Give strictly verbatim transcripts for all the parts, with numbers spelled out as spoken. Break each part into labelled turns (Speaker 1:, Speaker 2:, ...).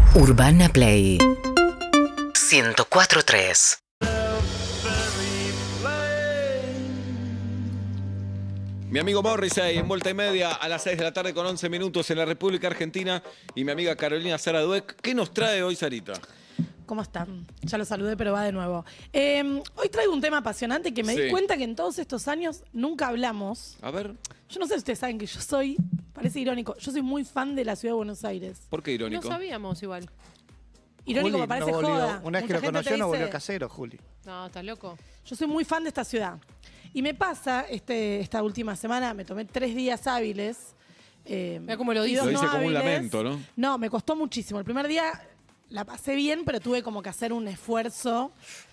Speaker 1: Urbana Play ciento cuatro punto tres.
Speaker 2: Mi amigo Morrissey en Vuelta y Media a las seis de la tarde con once minutos en la República Argentina. Y mi amiga Carolina Sara Dueck. ¿Qué nos trae hoy, Sarita?
Speaker 3: ¿Cómo están? Ya lo saludé, pero va de nuevo. Eh, hoy traigo un tema apasionante que me
Speaker 2: Sí.
Speaker 3: di cuenta que en todos estos años nunca hablamos.
Speaker 2: A ver,
Speaker 3: Yo no sé si ustedes saben que yo soy, parece irónico, yo soy muy fan de la ciudad de Buenos Aires.
Speaker 2: ¿por qué
Speaker 4: No
Speaker 2: irónico?
Speaker 4: sabíamos igual.
Speaker 3: Irónico
Speaker 5: Juli,
Speaker 3: me parece
Speaker 5: no volvió.
Speaker 3: joda.
Speaker 5: Una vez que
Speaker 3: Mucha
Speaker 5: lo
Speaker 3: gente
Speaker 5: conoció,
Speaker 3: te
Speaker 5: no
Speaker 3: dice,
Speaker 5: volvió casero, Juli.
Speaker 4: No, ¿estás loco?
Speaker 3: Yo soy muy fan de esta ciudad. Y me pasa, este, esta última semana, me tomé tres días hábiles. Eh,
Speaker 4: Mira cómo lo
Speaker 3: y
Speaker 4: dice.
Speaker 3: dos
Speaker 2: Lo dice
Speaker 3: no
Speaker 2: como un
Speaker 3: hábiles.
Speaker 2: lamento, ¿no?
Speaker 3: No, me costó muchísimo. El primer día la pasé bien, pero tuve como que hacer un esfuerzo.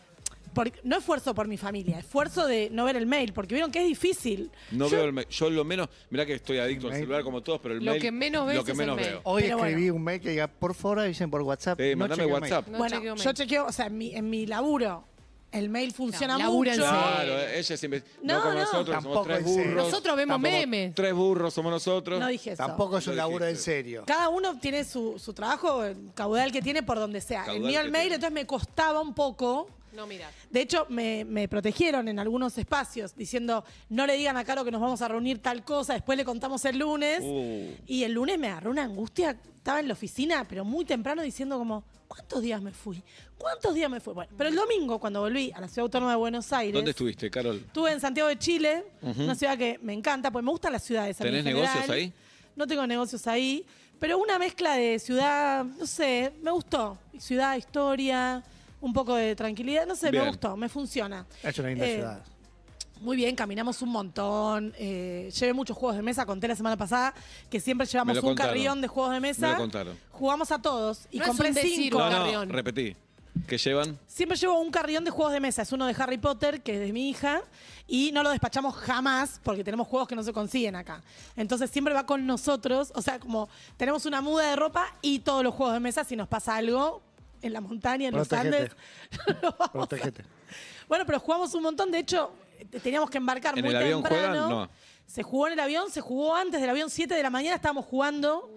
Speaker 3: Por- no esfuerzo por mi familia, esfuerzo de no ver el mail, porque vieron que es difícil.
Speaker 2: No
Speaker 3: Yo-
Speaker 2: veo el mail. Yo lo menos, mirá que estoy adicto
Speaker 5: El
Speaker 2: al
Speaker 5: mail.
Speaker 2: celular como todos, pero el
Speaker 4: Lo
Speaker 2: mail.
Speaker 4: que menos ves
Speaker 2: Lo que
Speaker 4: es el
Speaker 2: menos
Speaker 4: mail.
Speaker 2: veo.
Speaker 5: Hoy
Speaker 3: Pero
Speaker 5: escribí
Speaker 3: bueno.
Speaker 5: un mail que diga, por favor, avisen por WhatsApp.
Speaker 2: Eh,
Speaker 5: no
Speaker 2: mandame
Speaker 5: chequeo
Speaker 2: WhatsApp.
Speaker 5: mail.
Speaker 4: No
Speaker 3: bueno,
Speaker 4: chequeo
Speaker 3: yo
Speaker 4: mail.
Speaker 3: chequeo, o sea, en mi, en mi laburo, el mail funciona
Speaker 4: Claro, labura en
Speaker 3: mucho.
Speaker 4: serio.
Speaker 2: Claro, ella siempre. No,
Speaker 3: No,
Speaker 2: como
Speaker 3: no.
Speaker 2: nosotros, somos
Speaker 5: Tampoco
Speaker 2: tres
Speaker 5: en serio.
Speaker 2: burros.
Speaker 4: Nosotros vemos
Speaker 2: Tampoco-
Speaker 4: memes.
Speaker 2: Tres burros somos nosotros.
Speaker 3: No dije eso.
Speaker 5: Tampoco es un
Speaker 2: Lo
Speaker 5: laburo en
Speaker 2: dijiste.
Speaker 5: serio.
Speaker 3: Cada uno tiene su, su trabajo, el caudal que tiene por donde sea. El
Speaker 2: Caudal
Speaker 3: mío
Speaker 2: que
Speaker 3: el mail,
Speaker 2: tiene.
Speaker 3: entonces me costaba un poco.
Speaker 4: No, mira.
Speaker 3: De hecho, me, me protegieron en algunos espacios diciendo, no le digan a Caro que nos vamos a reunir tal cosa, después le contamos el lunes.
Speaker 2: Uh.
Speaker 3: Y el lunes me agarró una angustia, estaba en la oficina, pero muy temprano diciendo como, ¿cuántos días me fui? ¿Cuántos días me fui? Bueno, pero el domingo, cuando volví a la Ciudad Autónoma de Buenos Aires,
Speaker 2: ¿Dónde estuviste, Carol?
Speaker 3: estuve en Santiago de Chile, una ciudad que me encanta, pues me gustan las ciudades. a mí en
Speaker 2: ¿Tenés
Speaker 3: general.
Speaker 2: negocios ahí?
Speaker 3: No tengo negocios ahí, pero una mezcla de ciudad, no sé, me gustó. Ciudad, historia, un poco de tranquilidad, no sé,
Speaker 2: Bien.
Speaker 3: me gustó, me funciona.
Speaker 5: Es una linda
Speaker 3: Eh,
Speaker 5: ciudad.
Speaker 3: Muy bien, caminamos un montón. Eh, llevé muchos juegos de mesa, conté la semana pasada que siempre llevamos
Speaker 2: Me lo
Speaker 3: un
Speaker 2: contaron.
Speaker 3: carrión de juegos de mesa.
Speaker 2: Me lo contaron.
Speaker 3: Jugamos a todos y
Speaker 4: No es
Speaker 3: compré
Speaker 4: un decir,
Speaker 3: cinco.
Speaker 4: un
Speaker 2: No, no,
Speaker 4: carrión.
Speaker 2: repetí. ¿Qué llevan?
Speaker 3: Siempre llevo un carrión de juegos de mesa. Es uno de Harry Potter, que es de mi hija, y no lo despachamos jamás porque tenemos juegos que no se consiguen acá. Entonces siempre va con nosotros. O sea, como tenemos una muda de ropa y todos los juegos de mesa, si nos pasa algo en la montaña, en los
Speaker 5: Protégete.
Speaker 3: Andes. lo vamos a-
Speaker 5: Protégete.
Speaker 3: Bueno, pero jugamos un montón. De hecho, te- teníamos que embarcar
Speaker 2: ¿En
Speaker 3: muy
Speaker 2: el avión
Speaker 3: temprano.
Speaker 2: juegan? No.
Speaker 3: Se jugó en el avión, se jugó antes del avión, siete de la mañana estábamos jugando.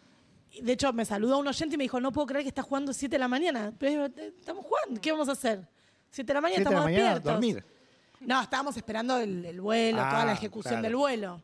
Speaker 3: Y de hecho, me saludó un oyente y me dijo, no puedo creer que estás jugando siete de la mañana. Pero eh, estamos jugando, ¿qué vamos a hacer? siete de la mañana
Speaker 5: Siete de la
Speaker 3: estamos
Speaker 5: mañana,
Speaker 3: despiertos.
Speaker 5: dormir.
Speaker 3: No, estábamos esperando el, el vuelo,
Speaker 5: Ah,
Speaker 3: toda la ejecución
Speaker 5: claro.
Speaker 3: del vuelo.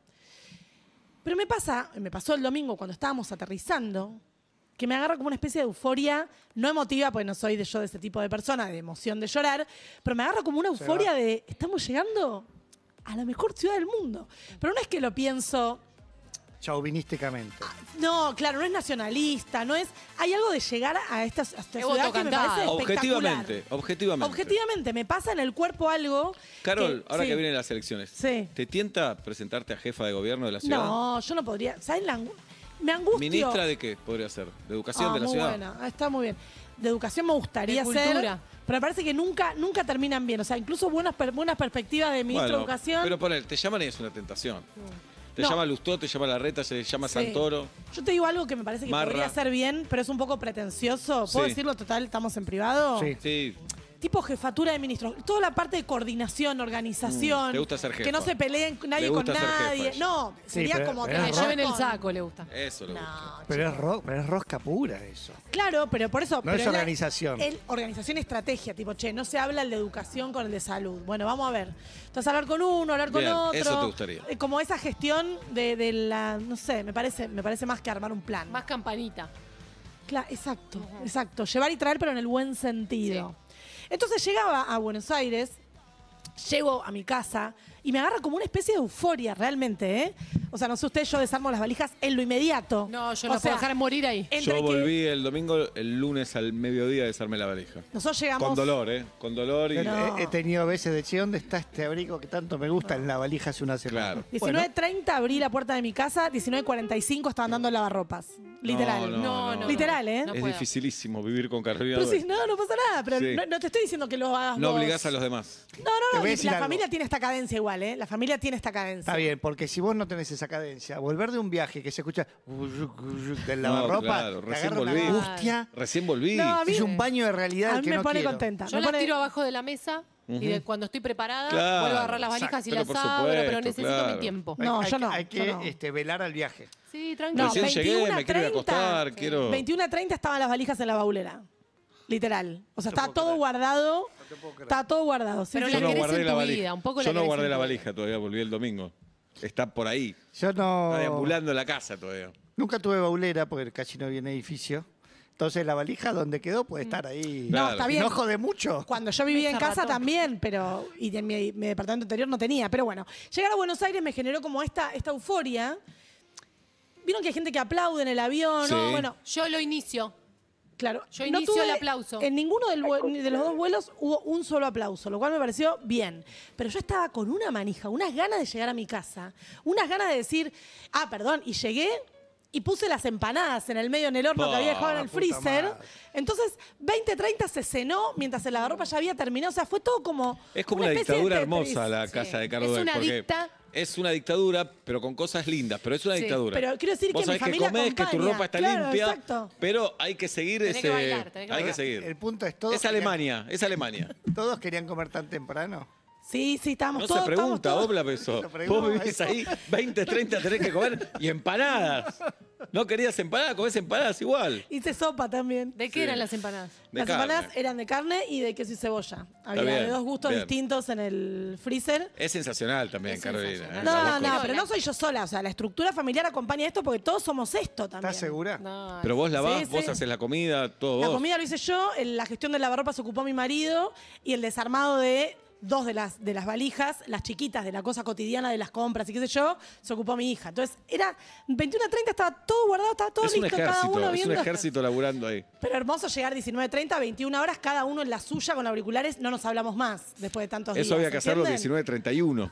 Speaker 3: Pero me pasa, me pasó el domingo cuando estábamos aterrizando, que me agarra como una especie de euforia, no emotiva, porque no soy de yo de ese tipo de persona, de emoción de llorar, pero me agarra como una euforia de, estamos llegando a la mejor ciudad del mundo. Pero no es que lo pienso,
Speaker 5: Chauvinísticamente.
Speaker 3: no, claro, no es nacionalista, no es, hay algo de llegar a esta, a esta
Speaker 4: Es
Speaker 3: ciudad que me
Speaker 4: autocantado.
Speaker 3: parece espectacular.
Speaker 2: Objetivamente, objetivamente.
Speaker 3: Objetivamente, me pasa en el cuerpo algo.
Speaker 2: Carol,
Speaker 3: que-
Speaker 2: ahora
Speaker 3: sí.
Speaker 2: que vienen las elecciones,
Speaker 3: Sí.
Speaker 2: ¿te tienta presentarte a jefa de gobierno de la ciudad?
Speaker 3: No, yo no podría. ¿Saben la angu- Me angustio.
Speaker 2: ¿Ministra de qué podría ser? ¿De educación
Speaker 3: Ah,
Speaker 2: de la
Speaker 3: muy
Speaker 2: ciudad?
Speaker 3: buena. Ah, está muy bien. De educación me gustaría
Speaker 4: De
Speaker 3: ser.
Speaker 4: cultura.
Speaker 3: Pero me parece que nunca, nunca terminan bien. O sea, incluso buenas, per- buenas perspectivas de ministro
Speaker 2: Bueno,
Speaker 3: de educación.
Speaker 2: pero poner, te llaman y es una tentación. Te
Speaker 3: No.
Speaker 2: llama Lustó, te llama Larreta, se llama
Speaker 3: Sí.
Speaker 2: Santoro.
Speaker 3: Yo te digo algo que me parece que
Speaker 2: Marra.
Speaker 3: podría ser bien, pero es un poco pretencioso. ¿Puedo
Speaker 2: Sí.
Speaker 3: decirlo total? ¿Estamos en privado?
Speaker 5: Sí.
Speaker 2: Sí,
Speaker 3: Tipo jefatura de ministros. Toda la parte de coordinación, organización.
Speaker 2: Mm, te gusta ser jefa.
Speaker 3: Que no se peleen nadie
Speaker 2: Le
Speaker 3: con
Speaker 2: gusta ser jefa
Speaker 3: nadie.
Speaker 2: ella.
Speaker 3: No,
Speaker 5: Sí,
Speaker 3: sería
Speaker 5: pero-
Speaker 3: como
Speaker 5: pero
Speaker 3: que
Speaker 4: Que
Speaker 5: es
Speaker 4: lleven el
Speaker 3: con-
Speaker 4: saco, le gusta.
Speaker 2: eso le gusta.
Speaker 3: No,
Speaker 5: Pero es, ro- pero es rosca pura eso.
Speaker 3: Claro, pero por eso.
Speaker 5: No
Speaker 3: pero
Speaker 5: es
Speaker 3: la-
Speaker 5: organización.
Speaker 3: el- organización y estrategia, tipo, che, no se habla el de educación con el de salud. Bueno, vamos a ver. Entonces, hablar con uno, hablar con
Speaker 2: Bien,
Speaker 3: otro.
Speaker 2: eso te gustaría.
Speaker 3: Eh, Como esa gestión de, de la. No sé, me parece, me parece más que armar un plan.
Speaker 4: Más campanita.
Speaker 3: Cla- exacto, exacto. Llevar y traer, pero en el buen sentido. Entonces llegaba a Buenos Aires, llego a mi casa y me agarra como una especie de euforia realmente, ¿eh? O sea, no sé ustedes, yo desarmo las valijas en lo inmediato.
Speaker 4: No, yo
Speaker 3: O
Speaker 4: no
Speaker 3: sea,
Speaker 4: puedo dejar morir ahí.
Speaker 3: entre
Speaker 2: Yo
Speaker 3: que
Speaker 2: volví el domingo, el lunes al mediodía a desarme la valija.
Speaker 3: Nosotros llegamos.
Speaker 2: Con dolor, ¿eh? Con dolor y...
Speaker 3: No.
Speaker 5: He, he tenido veces de, che, ¿dónde está este abrigo que tanto me gusta? En la valija hace una semana.
Speaker 2: Claro.
Speaker 3: diecinueve treinta abrí la puerta de mi casa, diecinueve cuarenta y cinco estaban dando el lavarropas. Literal.
Speaker 2: No,
Speaker 4: No, no.
Speaker 3: Literal, ¿eh?
Speaker 4: No
Speaker 2: es
Speaker 4: puedo.
Speaker 2: dificilísimo vivir con Carolina
Speaker 3: Pero
Speaker 2: Dueck.
Speaker 3: sí, no, no pasa nada. Pero
Speaker 2: Sí.
Speaker 3: no, no te estoy diciendo que lo hagas
Speaker 2: No
Speaker 3: vos.
Speaker 2: obligás a los demás.
Speaker 3: No,
Speaker 5: Te
Speaker 3: no,
Speaker 5: voy a
Speaker 3: no. y
Speaker 5: decir
Speaker 3: La
Speaker 5: algo.
Speaker 3: familia tiene esta cadencia igual, ¿eh? La familia tiene esta cadencia.
Speaker 5: Está bien, porque si vos no tenés esa cadencia, volver de un viaje que se escucha del lavarropa,
Speaker 2: claro,
Speaker 5: te
Speaker 2: recién
Speaker 5: agarra una
Speaker 2: volví.
Speaker 5: angustia.
Speaker 2: Recién volví.
Speaker 3: No, a mí-
Speaker 5: Es un baño de realidad
Speaker 3: A mí
Speaker 5: que
Speaker 3: me
Speaker 5: no
Speaker 3: pone
Speaker 5: quiero.
Speaker 3: contenta.
Speaker 4: Yo
Speaker 3: me
Speaker 4: las
Speaker 3: pone-
Speaker 4: tiro abajo de la mesa Y de cuando estoy preparada,
Speaker 2: Claro,
Speaker 4: vuelvo a agarrar las valijas
Speaker 2: exacto.
Speaker 4: y
Speaker 2: Pero
Speaker 4: las
Speaker 2: por
Speaker 4: abro, pero
Speaker 2: supuesto,
Speaker 4: necesito
Speaker 2: claro.
Speaker 4: mi tiempo.
Speaker 3: No,
Speaker 5: hay,
Speaker 3: yo
Speaker 5: hay
Speaker 3: no,
Speaker 5: que- Hay
Speaker 3: yo
Speaker 5: que
Speaker 3: no.
Speaker 5: este, velar al viaje.
Speaker 4: Sí,
Speaker 3: No,
Speaker 4: tranquilo.
Speaker 2: Recién llegué,
Speaker 3: veintiuna,
Speaker 2: me quiero ir a acostar,
Speaker 3: treinta.
Speaker 2: quiero...
Speaker 3: veintiuna a treinta estaban las valijas en la baulera. Literal. O sea,
Speaker 5: te
Speaker 3: estaba
Speaker 5: puedo
Speaker 3: todo
Speaker 5: creer.
Speaker 3: guardado.
Speaker 5: te puedo creer.
Speaker 3: Estaba todo guardado. Sí,
Speaker 4: Pero
Speaker 3: sí,
Speaker 2: Yo
Speaker 4: la
Speaker 2: no
Speaker 4: querés
Speaker 2: guardé
Speaker 4: en
Speaker 2: la
Speaker 4: tu
Speaker 2: valija.
Speaker 4: vida, un poco la
Speaker 2: Yo no
Speaker 4: querés
Speaker 2: guardé
Speaker 4: en
Speaker 2: la
Speaker 4: tu
Speaker 2: valija todavía, volví el domingo. Está por ahí.
Speaker 5: Yo no...
Speaker 2: Está deambulando en la casa todavía.
Speaker 5: Nunca tuve baulera porque casi no había un edificio. Entonces la valija donde quedó puede
Speaker 4: Mm.
Speaker 5: estar ahí.
Speaker 2: Claro.
Speaker 3: No, está bien.
Speaker 5: ¿No jode mucho?
Speaker 3: Cuando yo vivía en
Speaker 4: Ese
Speaker 3: casa
Speaker 4: rato.
Speaker 3: también, pero. Y en mi, mi departamento anterior no tenía. Pero bueno, llegar a Buenos Aires me generó como esta, esta euforia. Vieron que hay gente que aplaude en el avión,
Speaker 2: Sí.
Speaker 3: ¿no? Bueno,
Speaker 4: Yo lo inicio.
Speaker 3: claro.
Speaker 4: Yo
Speaker 3: no
Speaker 4: inicio
Speaker 3: tuve-
Speaker 4: el aplauso.
Speaker 3: En ninguno del vue- ni de los dos vuelos hubo un solo aplauso, lo cual me pareció bien. Pero yo estaba con una manija, unas ganas de llegar a mi casa, unas ganas de decir, ah, perdón, y llegué y puse las empanadas en el medio en el horno que había dejado en el
Speaker 5: Ah, puta
Speaker 3: freezer.
Speaker 5: madre.
Speaker 3: Entonces, veinte treinta se cenó mientras el lavarropa ya había terminado. O sea, fue todo como.
Speaker 2: Es como
Speaker 3: una
Speaker 2: una,
Speaker 3: especie de
Speaker 2: dictadura
Speaker 3: Tetris.
Speaker 2: hermosa la
Speaker 4: Sí.
Speaker 2: casa de Carlos
Speaker 4: Es
Speaker 2: Dweck,
Speaker 4: una
Speaker 2: porque
Speaker 4: dicta-
Speaker 2: es una dictadura, pero con cosas lindas, pero es una
Speaker 4: Sí,
Speaker 2: dictadura.
Speaker 3: pero quiero decir
Speaker 2: Vos
Speaker 3: que mi
Speaker 2: sabés
Speaker 3: familia
Speaker 2: que comés, que tu
Speaker 3: acompaña.
Speaker 2: ropa está
Speaker 3: Claro,
Speaker 2: limpia,
Speaker 3: exacto.
Speaker 2: pero hay que seguir
Speaker 4: Tenés
Speaker 2: ese...
Speaker 4: que bailar, tenés que
Speaker 2: hay que
Speaker 4: bailar.
Speaker 2: seguir.
Speaker 5: El punto es todo.
Speaker 2: Es Alemania, es Alemania.
Speaker 5: ¿Todos querían comer tan temprano?
Speaker 3: Sí, sí, estábamos
Speaker 2: No
Speaker 3: todos.
Speaker 2: se pregunta,
Speaker 3: estábamos
Speaker 2: vos
Speaker 3: todos-
Speaker 2: la pensó.
Speaker 5: Se pregunta
Speaker 2: Vos vivís
Speaker 5: eso.
Speaker 2: ahí, veinte, treinta tenés que comer y empanadas. ¿No querías empanadas? Comés empanadas igual.
Speaker 3: Hice sopa también.
Speaker 4: ¿De qué
Speaker 2: Sí.
Speaker 4: eran las empanadas?
Speaker 2: De
Speaker 3: Las
Speaker 2: carne.
Speaker 3: empanadas eran de carne y de queso y cebolla. Había
Speaker 2: bien,
Speaker 3: de dos gustos
Speaker 2: bien.
Speaker 3: distintos en el freezer.
Speaker 2: Es sensacional también,
Speaker 4: Es
Speaker 2: Carolina.
Speaker 4: sensacional.
Speaker 2: ¿eh?
Speaker 3: No,
Speaker 2: Las dos
Speaker 3: no,
Speaker 2: cosas.
Speaker 3: pero no soy yo sola. O sea, la estructura familiar acompaña esto porque todos somos esto también.
Speaker 5: ¿Estás segura?
Speaker 4: No,
Speaker 2: Pero vos lavás,
Speaker 3: Sí,
Speaker 2: vos
Speaker 3: sí.
Speaker 2: haces la comida, todo
Speaker 3: La
Speaker 2: vos.
Speaker 3: comida lo hice yo, el- la gestión del lavarropa se ocupó mi marido y el desarmado de dos de las, de las valijas, las chiquitas de la cosa cotidiana de las compras y qué sé yo, se ocupó mi hija. Entonces, era veintiuna treinta, estaba todo guardado, estaba todo
Speaker 2: Es un
Speaker 3: listo, cada uno
Speaker 2: ejército, es un
Speaker 3: viendo.
Speaker 2: ejército laburando ahí.
Speaker 3: Pero hermoso llegar diecinueve treinta, veintiuna horas, cada uno en la suya con auriculares, no nos hablamos más después de tantos días.
Speaker 2: Eso había que hacerlo
Speaker 3: ¿entienden?
Speaker 2: diecinueve treinta y uno.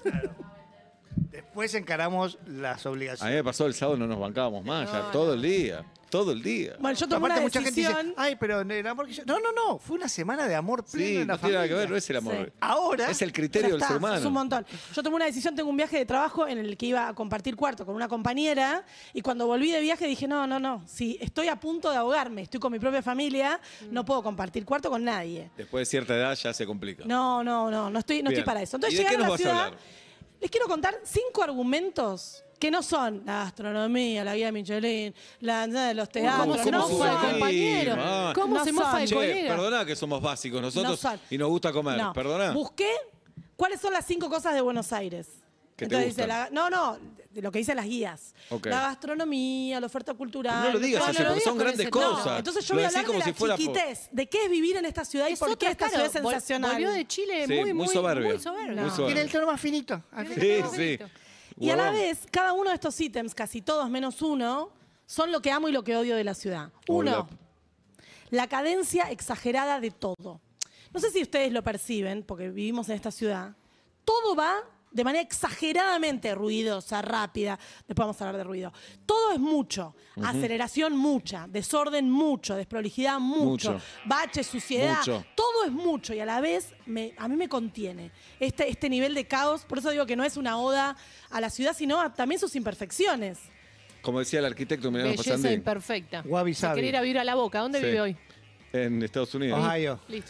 Speaker 5: Después encaramos las
Speaker 2: A mí
Speaker 5: obligaciones.
Speaker 2: me pasó el sábado, no nos bancábamos más, ya todo el día. Todo el día.
Speaker 3: Bueno, yo tomé
Speaker 5: Aparte,
Speaker 3: una
Speaker 5: mucha gente
Speaker 3: decisión.
Speaker 5: dice, ay, pero el amor que yo... No, no, no. Fue una semana de amor pleno
Speaker 2: Sí,
Speaker 5: en la
Speaker 2: no tiene nada que
Speaker 5: familia.
Speaker 2: ver, no es el amor.
Speaker 3: Sí.
Speaker 5: Ahora...
Speaker 2: Es el
Speaker 3: Ya
Speaker 2: criterio del
Speaker 3: está,
Speaker 2: ser
Speaker 3: Es un
Speaker 2: humano.
Speaker 3: montón. Yo tomé una decisión, tengo un viaje de trabajo en el que iba a compartir cuarto con una compañera y cuando volví de viaje dije, no, no, no, si estoy a punto de ahogarme, estoy con mi propia familia, no puedo compartir cuarto con nadie.
Speaker 2: Después de cierta edad ya se complica.
Speaker 3: No, no, no, no estoy, no estoy
Speaker 2: Bien.
Speaker 3: para eso. Entonces
Speaker 2: ¿Y de qué
Speaker 3: llegaron a la
Speaker 2: nos vas a
Speaker 3: ciudad,
Speaker 2: hablar?
Speaker 3: les quiero contar cinco argumentos que no son la gastronomía, la guía de Michelin, la de los teatros,
Speaker 4: ¿Cómo se
Speaker 3: no
Speaker 4: mofa
Speaker 3: son.
Speaker 4: de compañero?
Speaker 2: Ah.
Speaker 4: ¿Cómo
Speaker 3: No
Speaker 4: se mofa
Speaker 3: son.
Speaker 4: de
Speaker 2: Che,
Speaker 4: colega?
Speaker 2: perdoná que somos básicos nosotros
Speaker 3: No son.
Speaker 2: y nos gusta comer.
Speaker 3: No.
Speaker 2: Perdoná.
Speaker 3: Busqué cuáles son las cinco cosas de Buenos Aires.
Speaker 2: Que te
Speaker 3: Entonces dice,
Speaker 2: gustan.
Speaker 3: la- no, no, de lo que dicen las guías.
Speaker 2: Ok.
Speaker 3: La gastronomía, la oferta cultural.
Speaker 2: No lo digas
Speaker 3: no,
Speaker 2: así,
Speaker 3: no lo
Speaker 2: porque
Speaker 3: digas
Speaker 2: son
Speaker 3: con
Speaker 2: grandes
Speaker 3: ese tono.
Speaker 2: cosas.
Speaker 3: Entonces yo
Speaker 2: Lo
Speaker 3: voy a
Speaker 2: decís
Speaker 3: hablar
Speaker 2: como
Speaker 3: de
Speaker 2: si
Speaker 3: la
Speaker 2: fuera po-
Speaker 3: chiquitez, de qué es vivir en esta ciudad y
Speaker 4: Es
Speaker 3: por qué
Speaker 4: otra,
Speaker 3: esta
Speaker 4: claro,
Speaker 3: ciudad es
Speaker 4: vol-
Speaker 3: sensacional.
Speaker 4: Volvió de Chile
Speaker 2: Sí,
Speaker 4: muy,
Speaker 2: muy
Speaker 4: muy,
Speaker 2: soberbia.
Speaker 4: muy soberbia.
Speaker 2: Muy soberbia.
Speaker 5: Tiene el tono más finito. Al
Speaker 4: Sí,
Speaker 5: final.
Speaker 2: Sí, sí.
Speaker 3: Y a la
Speaker 2: Huevón.
Speaker 3: vez, cada uno de estos ítems, casi todos menos uno, son lo que amo y lo que odio de la ciudad. Uno,
Speaker 2: Hola.
Speaker 3: la cadencia exagerada de todo. No sé si ustedes lo perciben, porque vivimos en esta ciudad. Todo va de manera exageradamente ruidosa, rápida. Después vamos a hablar de ruido. Todo es mucho. Aceleración mucha, desorden mucho, desprolijidad mucho,
Speaker 2: Mucho.
Speaker 3: bache, suciedad.
Speaker 2: Mucho.
Speaker 3: Todo es mucho y a la vez me- a mí me contiene este, este nivel de caos. Por eso digo que no es una oda a la ciudad, sino a también sus imperfecciones.
Speaker 2: Como decía el arquitecto Emiliano
Speaker 4: Belleza
Speaker 2: Pasandín,
Speaker 4: imperfecta.
Speaker 5: Wabi
Speaker 4: Se
Speaker 5: sabi.
Speaker 4: quiere ir a vivir a La Boca. ¿Dónde
Speaker 2: Sí.
Speaker 4: vive hoy?
Speaker 2: en Estados Unidos.
Speaker 5: Ohio.
Speaker 4: Listo.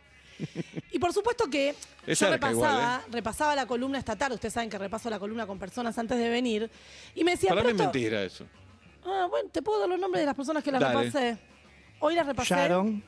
Speaker 3: Y por supuesto que
Speaker 2: Es
Speaker 3: yo
Speaker 2: cerca
Speaker 3: repasaba,
Speaker 2: igual,
Speaker 3: repasaba la columna esta tarde. Ustedes saben que repaso la columna con personas antes de venir. Y me decía,
Speaker 2: Para mí
Speaker 3: pero
Speaker 2: es
Speaker 3: esto-
Speaker 2: mentira eso.
Speaker 3: Ah, bueno, te puedo dar los nombres de las personas que las
Speaker 2: Dale.
Speaker 3: repasé. Hoy las repasé.
Speaker 5: Sharon.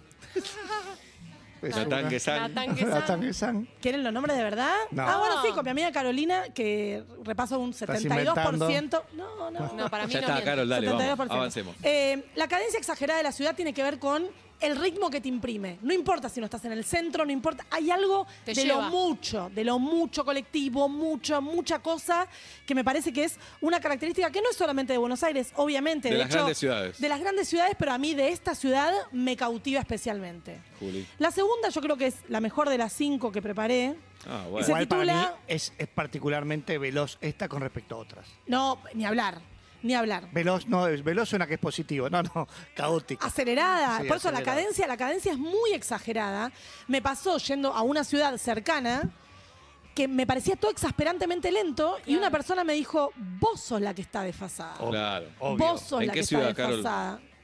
Speaker 5: Es
Speaker 2: Natán
Speaker 5: una.
Speaker 2: Quesán.
Speaker 4: Natán Quesán.
Speaker 5: Natán Quesán.
Speaker 3: ¿Quieren los nombres de verdad?
Speaker 5: No.
Speaker 3: Ah, bueno, sí, con mi amiga Carolina, que repaso un setenta y dos por ciento. No, no.
Speaker 4: No, para mí
Speaker 2: Ya
Speaker 4: no
Speaker 2: está,
Speaker 4: miente.
Speaker 2: Carol, dale,
Speaker 3: setenta y dos
Speaker 2: vamos,
Speaker 3: por ciento.
Speaker 2: avancemos.
Speaker 3: Eh, la cadencia exagerada de la ciudad tiene que ver con el ritmo que te imprime. No importa si no estás en el centro, no importa. Hay algo
Speaker 4: Te
Speaker 3: de
Speaker 4: lleva.
Speaker 3: lo mucho, de lo mucho colectivo, mucho, mucha cosa, que me parece que es una característica que no es solamente de Buenos Aires, obviamente.
Speaker 2: De
Speaker 3: De,
Speaker 2: las
Speaker 3: hecho,
Speaker 2: grandes ciudades.
Speaker 3: De las grandes ciudades, pero a mí de esta ciudad me cautiva especialmente.
Speaker 2: Juli.
Speaker 3: La segunda yo creo que es la mejor de las cinco que preparé.
Speaker 2: Ah,
Speaker 3: Y
Speaker 2: bueno.
Speaker 3: se
Speaker 5: Igual para mí
Speaker 3: titula-
Speaker 5: es, es particularmente veloz esta con respecto a otras.
Speaker 3: No, ni hablar, ni hablar.
Speaker 5: Veloz no es veloz suena que es positivo. No, no, caótica.
Speaker 3: Acelerada.
Speaker 5: Sí,
Speaker 3: Por eso la
Speaker 5: acelerada.
Speaker 3: cadencia, la cadencia es muy exagerada. Me pasó yendo a una ciudad cercana que me parecía todo exasperantemente lento y una persona me dijo, vos sos la que está desfasada.
Speaker 2: Claro.
Speaker 5: Obvio.
Speaker 3: Vos sos
Speaker 2: ¿En
Speaker 3: la
Speaker 2: qué
Speaker 3: que
Speaker 2: ciudad,
Speaker 3: está
Speaker 2: Carol?
Speaker 3: desfasada.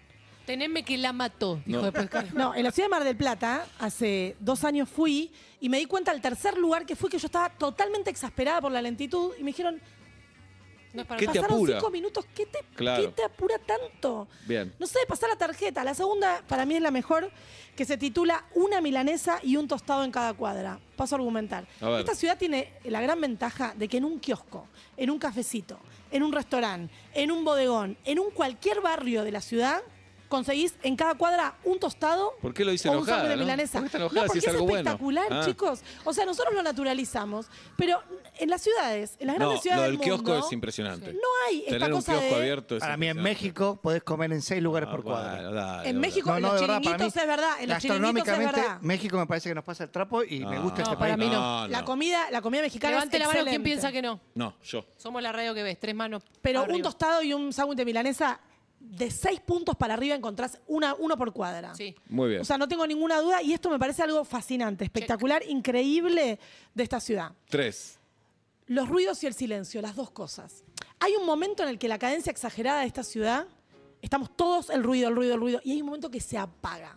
Speaker 4: Teneme que la mató, dijo
Speaker 2: No.
Speaker 4: después Caro.
Speaker 3: No, en la ciudad de Mar del Plata, hace dos años fui y me di cuenta al tercer lugar que fui que yo estaba totalmente exasperada por la lentitud y me dijeron,
Speaker 4: No es para
Speaker 2: ¿Qué te
Speaker 3: pasaron
Speaker 2: apura?
Speaker 3: cinco minutos, ¿qué te,
Speaker 2: Claro.
Speaker 3: ¿qué te apura tanto?
Speaker 2: Bien.
Speaker 3: No sé, pasar la tarjeta. La segunda, para mí, es la mejor, que se titula Una milanesa y un tostado en cada cuadra. Paso a argumentar.
Speaker 2: A ver.
Speaker 3: Esta ciudad tiene la gran ventaja de que en un kiosco, en un cafecito, en un restaurante, en un bodegón, en un cualquier barrio de la ciudad, conseguís en cada cuadra un tostado
Speaker 2: ¿Por qué lo dice
Speaker 3: o un
Speaker 2: enojada,
Speaker 3: sándwich de
Speaker 2: no?
Speaker 3: milanesa.
Speaker 2: ¿Por qué está enojada
Speaker 3: no,
Speaker 2: si
Speaker 3: porque
Speaker 2: es algo bueno?
Speaker 3: espectacular,
Speaker 2: Ah.
Speaker 3: chicos. O sea, nosotros lo naturalizamos, pero en las ciudades, en las grandes
Speaker 2: No,
Speaker 3: ciudades
Speaker 2: lo
Speaker 3: del
Speaker 2: del kiosco
Speaker 3: mundo,
Speaker 2: es impresionante.
Speaker 3: no hay esta
Speaker 2: Tener un
Speaker 3: cosa
Speaker 2: kiosco
Speaker 3: de...
Speaker 2: abierto es
Speaker 5: Para mí en
Speaker 2: impresionante.
Speaker 5: México podés comer en seis lugares
Speaker 2: Ah,
Speaker 5: por cuadra.
Speaker 2: bueno, dale,
Speaker 3: En
Speaker 2: dale.
Speaker 3: México, en los
Speaker 5: de verdad, para
Speaker 3: chiringuitos
Speaker 5: mí,
Speaker 3: es verdad, en los chiringuitos es
Speaker 5: gastronómicamente,
Speaker 3: verdad.
Speaker 5: México me parece que nos pasa el trapo y me
Speaker 2: No.
Speaker 5: gusta
Speaker 4: No,
Speaker 5: este
Speaker 4: para
Speaker 5: país.
Speaker 4: mí no.
Speaker 2: No,
Speaker 3: La
Speaker 2: no.
Speaker 3: comida, la comida mexicana
Speaker 4: Levante
Speaker 3: es
Speaker 4: la mano quien
Speaker 3: excelente.
Speaker 4: piensa que no.
Speaker 2: No, yo.
Speaker 4: Somos la radio que ves, tres manos.
Speaker 3: Pero
Speaker 4: arriba.
Speaker 3: un tostado y un sándwich de milanesa, de seis puntos para arriba encontrás una, uno por cuadra.
Speaker 4: Sí.
Speaker 2: Muy bien.
Speaker 3: O sea, no tengo ninguna duda y esto me parece algo fascinante, espectacular, increíble de esta ciudad.
Speaker 2: Tres.
Speaker 3: Los ruidos y el silencio, las dos cosas. Hay un momento en el que la cadencia exagerada de esta ciudad, estamos todos el ruido, el ruido, el ruido, y hay un momento que se apaga.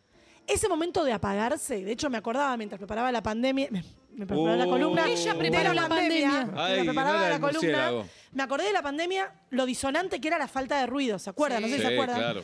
Speaker 3: Ese momento de apagarse, de hecho me acordaba mientras preparaba la pandemia, me, me preparaba la
Speaker 2: Oh.
Speaker 3: columna.
Speaker 4: Ella
Speaker 3: de
Speaker 4: preparó la pandemia.
Speaker 3: mientras
Speaker 2: Ay,
Speaker 3: preparaba
Speaker 2: no era
Speaker 3: la
Speaker 2: el
Speaker 3: columna.
Speaker 2: murciélago.
Speaker 3: Me acordé de la pandemia, lo disonante que era la falta de ruido, ¿se acuerdan? No sé si
Speaker 2: Sí,
Speaker 3: se acuerdan.
Speaker 2: claro.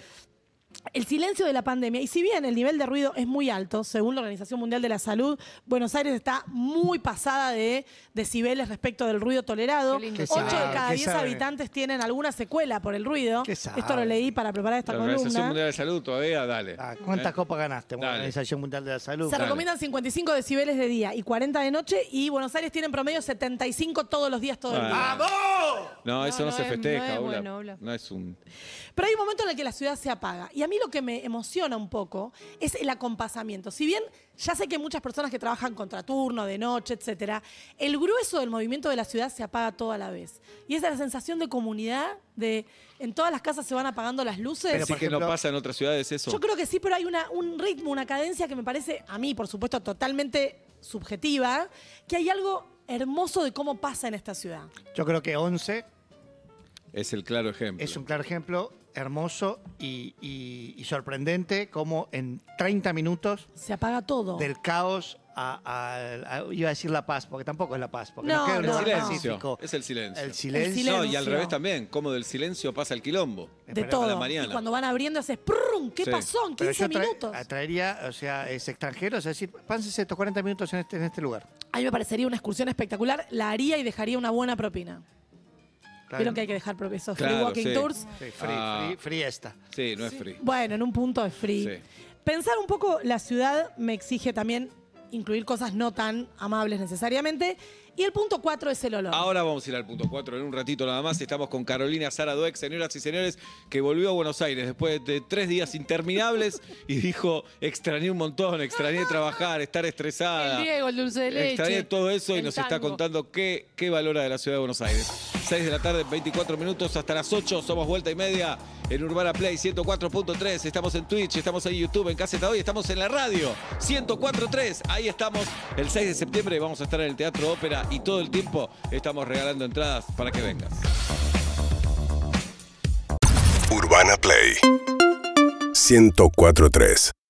Speaker 3: El silencio de la pandemia. Y si bien el nivel de ruido es muy alto, según la Organización Mundial de la Salud, Buenos Aires está muy pasada de decibeles respecto del ruido tolerado.
Speaker 4: Qué lindo.
Speaker 3: Ocho
Speaker 5: ¿Qué
Speaker 3: de
Speaker 5: sabe?
Speaker 3: cada
Speaker 5: ¿Qué
Speaker 3: diez
Speaker 5: sabe?
Speaker 3: habitantes tienen alguna secuela por el ruido.
Speaker 5: ¿Qué sabe?
Speaker 3: Esto lo leí para preparar esta
Speaker 2: La Organización
Speaker 3: columna.
Speaker 2: Mundial de Salud todavía, dale.
Speaker 5: Ah, ¿Cuántas
Speaker 2: ¿Eh?
Speaker 5: copas ganaste? Bueno,
Speaker 2: Dale.
Speaker 5: la Organización Mundial de la Salud.
Speaker 3: Se
Speaker 2: Dale.
Speaker 3: recomiendan cincuenta y cinco decibeles de día y cuarenta de noche, y Buenos Aires tiene en promedio setenta y cinco todos los días, todo el día.
Speaker 2: Bueno. No, eso no,
Speaker 4: no
Speaker 2: se
Speaker 4: es-
Speaker 2: festeja,
Speaker 4: no es
Speaker 2: Ola.
Speaker 4: bueno, Ola.
Speaker 2: No es un...
Speaker 3: Pero hay un momento en el que la ciudad se apaga. Y a mí lo que me emociona un poco es el acompasamiento. Si bien ya sé que hay muchas personas que trabajan contraturno, de noche, etcétera, el grueso del movimiento de la ciudad se apaga todo a la vez. Y esa es la sensación de comunidad, de en todas las casas se van apagando las luces.
Speaker 5: Pero,
Speaker 2: ¿Sí
Speaker 5: por
Speaker 2: que no
Speaker 5: ejemplo-
Speaker 2: pasa en otras ciudades eso?
Speaker 3: Yo creo que sí, pero hay una, un ritmo, una cadencia que me parece, a mí, por supuesto, totalmente subjetiva, que hay algo hermoso de cómo pasa en esta ciudad.
Speaker 5: Yo creo que once
Speaker 2: Es el claro ejemplo.
Speaker 5: es un claro ejemplo hermoso y, y- y sorprendente como en treinta minutos
Speaker 3: Se apaga todo.
Speaker 5: del caos a, a- a- iba a decir la paz, porque tampoco es la paz, porque no,
Speaker 3: No,
Speaker 5: queda un
Speaker 2: El
Speaker 3: no,
Speaker 5: lugar
Speaker 3: no.
Speaker 2: silencio.
Speaker 5: específico.
Speaker 2: Es el silencio.
Speaker 5: El silencio.
Speaker 3: silencio.
Speaker 2: No, y al revés también. Como del silencio pasa el quilombo.
Speaker 3: de
Speaker 5: Pero
Speaker 3: todo.
Speaker 2: a la mañana.
Speaker 3: Y cuando van abriendo haces ¡prum! ¿Qué
Speaker 2: Sí.
Speaker 3: pasó en
Speaker 5: Pero
Speaker 3: quince
Speaker 5: yo trae-
Speaker 3: minutos?
Speaker 5: traería, o sea, es extranjero, es decir, pásense estos cuarenta minutos en este, en este lugar.
Speaker 3: A mí me parecería una excursión espectacular, la haría y dejaría una buena propina.
Speaker 5: Claro.
Speaker 3: Vieron que hay que dejar pro- esos free
Speaker 2: Claro,
Speaker 3: walking
Speaker 2: sí.
Speaker 3: tours.
Speaker 5: Sí, free,
Speaker 2: Ah.
Speaker 5: free, free esta.
Speaker 2: Sí, no es free.
Speaker 3: Bueno, en un punto es free.
Speaker 2: Sí.
Speaker 3: Pensar un poco, la ciudad me exige también incluir cosas no tan amables necesariamente. Y el punto cuatro es el olor.
Speaker 2: Ahora vamos a ir al punto cuatro en un ratito nada más. Estamos con Carolina Sara Dweck, señoras y señores, que volvió a Buenos Aires después de tres días interminables y dijo, extrañé un montón, extrañé trabajar, estar estresada.
Speaker 4: El Diego, el dulce de leche.
Speaker 2: Extrañé todo eso y
Speaker 4: el
Speaker 2: nos está
Speaker 4: tango.
Speaker 2: contando qué, qué valora de la ciudad de Buenos Aires. seis de la tarde, veinticuatro minutos, hasta las ocho, somos vuelta y media en Urbana Play ciento cuatro punto tres. Estamos en Twitch, estamos en YouTube, en Caseta Hoy, estamos en la radio ciento cuatro punto tres. Ahí estamos el seis de septiembre, vamos a estar en el Teatro Ópera y todo el tiempo estamos regalando entradas para que vengas.
Speaker 6: Urbana Play ciento cuatro punto tres.